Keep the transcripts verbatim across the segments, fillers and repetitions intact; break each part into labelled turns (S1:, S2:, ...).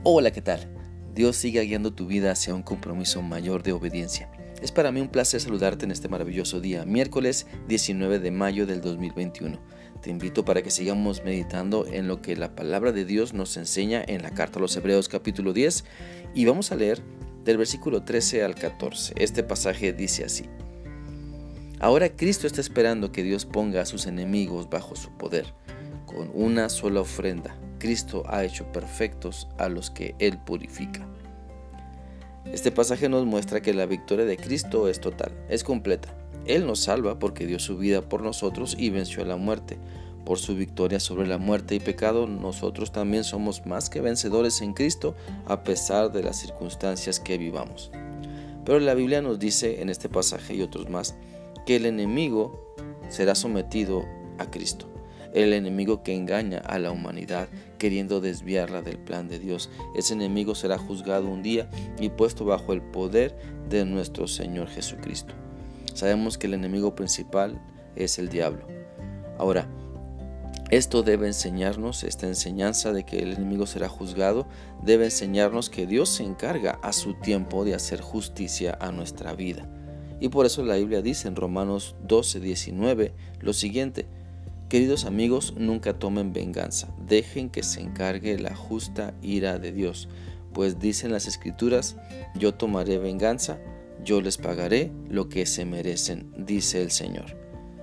S1: Hola, ¿qué tal? Dios sigue guiando tu vida hacia un compromiso mayor de obediencia. Es para mí un placer saludarte en este maravilloso día, miércoles diecinueve de mayo del dos mil veintiuno. Te invito para que sigamos meditando en lo que la palabra de Dios nos enseña en la carta a los Hebreos capítulo diez y vamos a leer del versículo trece al catorce. Este pasaje dice así: Ahora Cristo está esperando que Dios ponga a sus enemigos bajo su poder. Con una sola ofrenda, Cristo ha hecho perfectos a los que Él purifica. Este pasaje nos muestra que la victoria de Cristo es total, es completa. Él nos salva porque dio su vida por nosotros y venció a la muerte. Por su victoria sobre la muerte y pecado, nosotros también somos más que vencedores en Cristo a pesar de las circunstancias que vivamos. Pero la Biblia nos dice en este pasaje y otros más que el enemigo será sometido a Cristo. El enemigo que engaña a la humanidad queriendo desviarla del plan de Dios. Ese enemigo será juzgado un día y puesto bajo el poder de nuestro Señor Jesucristo. Sabemos que el enemigo principal es el diablo. Ahora, esto debe enseñarnos, esta enseñanza de que el enemigo será juzgado, debe enseñarnos que Dios se encarga a su tiempo de hacer justicia a nuestra vida. Y por eso la Biblia dice en Romanos doce, diecinueve lo siguiente: Queridos amigos, nunca tomen venganza, dejen que se encargue la justa ira de Dios, pues dicen las Escrituras: yo tomaré venganza, yo les pagaré lo que se merecen, dice el Señor.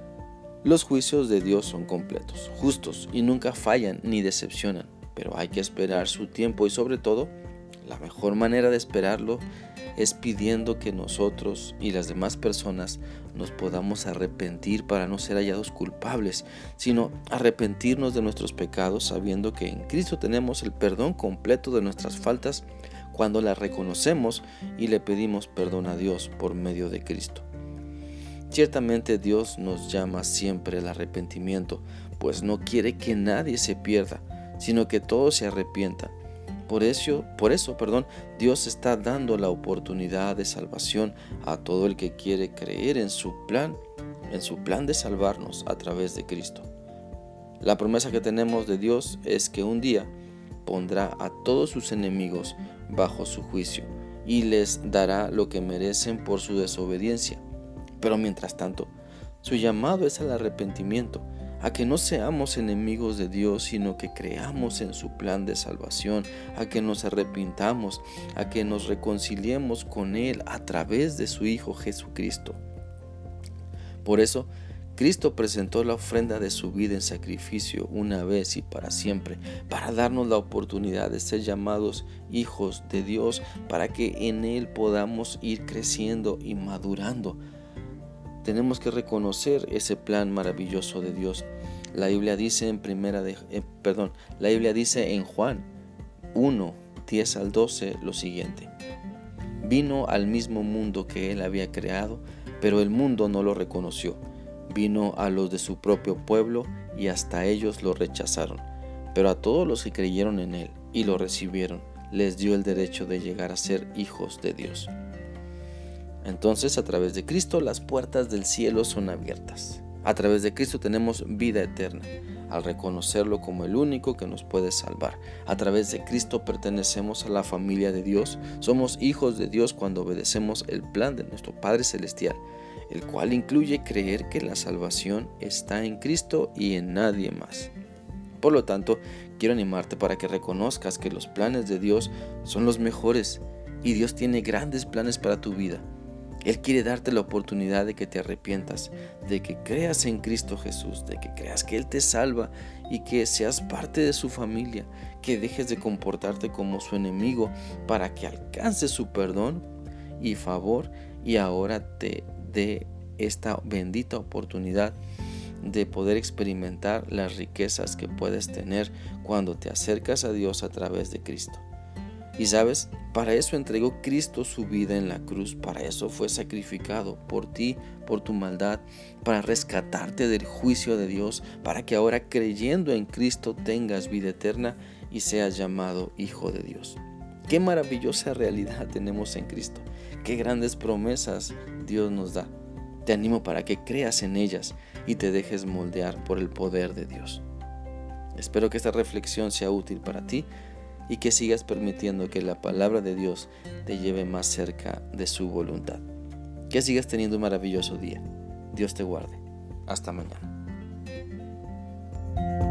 S1: Los juicios de Dios son completos, justos y nunca fallan ni decepcionan, pero hay que esperar su tiempo y sobre todo, la mejor manera de esperarlo es pidiendo que nosotros y las demás personas nos podamos arrepentir para no ser hallados culpables, sino arrepentirnos de nuestros pecados sabiendo que en Cristo tenemos el perdón completo de nuestras faltas cuando las reconocemos y le pedimos perdón a Dios por medio de Cristo. Ciertamente Dios nos llama siempre al arrepentimiento, pues no quiere que nadie se pierda, sino que todos se arrepientan. Por eso, por eso, perdón, Dios está dando la oportunidad de salvación a todo el que quiere creer en su plan, en su plan de salvarnos a través de Cristo. La promesa que tenemos de Dios es que un día pondrá a todos sus enemigos bajo su juicio y les dará lo que merecen por su desobediencia. Pero mientras tanto, su llamado es al arrepentimiento, a que no seamos enemigos de Dios, sino que creamos en su plan de salvación, a que nos arrepintamos, a que nos reconciliemos con Él a través de su Hijo Jesucristo. Por eso, Cristo presentó la ofrenda de su vida en sacrificio una vez y para siempre, para darnos la oportunidad de ser llamados hijos de Dios, para que en Él podamos ir creciendo y madurando. Tenemos que reconocer ese plan maravilloso de Dios. La Biblia dice en primera de, eh, perdón, la Biblia dice en Juan uno, diez al doce lo siguiente: Vino al mismo mundo que él había creado, pero el mundo no lo reconoció. Vino a los de su propio pueblo y hasta ellos lo rechazaron. Pero a todos los que creyeron en él y lo recibieron, les dio el derecho de llegar a ser hijos de Dios. Entonces, a través de Cristo, las puertas del cielo son abiertas. A través de Cristo tenemos vida eterna, al reconocerlo como el único que nos puede salvar. A través de Cristo pertenecemos a la familia de Dios. Somos hijos de Dios cuando obedecemos el plan de nuestro Padre Celestial, el cual incluye creer que la salvación está en Cristo y en nadie más. Por lo tanto, quiero animarte para que reconozcas que los planes de Dios son los mejores y Dios tiene grandes planes para tu vida. Él quiere darte la oportunidad de que te arrepientas, de que creas en Cristo Jesús, de que creas que Él te salva y que seas parte de su familia, que dejes de comportarte como su enemigo para que alcances su perdón y favor y ahora te dé esta bendita oportunidad de poder experimentar las riquezas que puedes tener cuando te acercas a Dios a través de Cristo. Y sabes, para eso entregó Cristo su vida en la cruz, para eso fue sacrificado por ti, por tu maldad, para rescatarte del juicio de Dios, para que ahora creyendo en Cristo tengas vida eterna y seas llamado hijo de Dios. Qué maravillosa realidad tenemos en Cristo, qué grandes promesas Dios nos da. Te animo para que creas en ellas y te dejes moldear por el poder de Dios. Espero que esta reflexión sea útil para ti y que sigas permitiendo que la palabra de Dios te lleve más cerca de su voluntad. Que sigas teniendo un maravilloso día. Dios te guarde. Hasta mañana.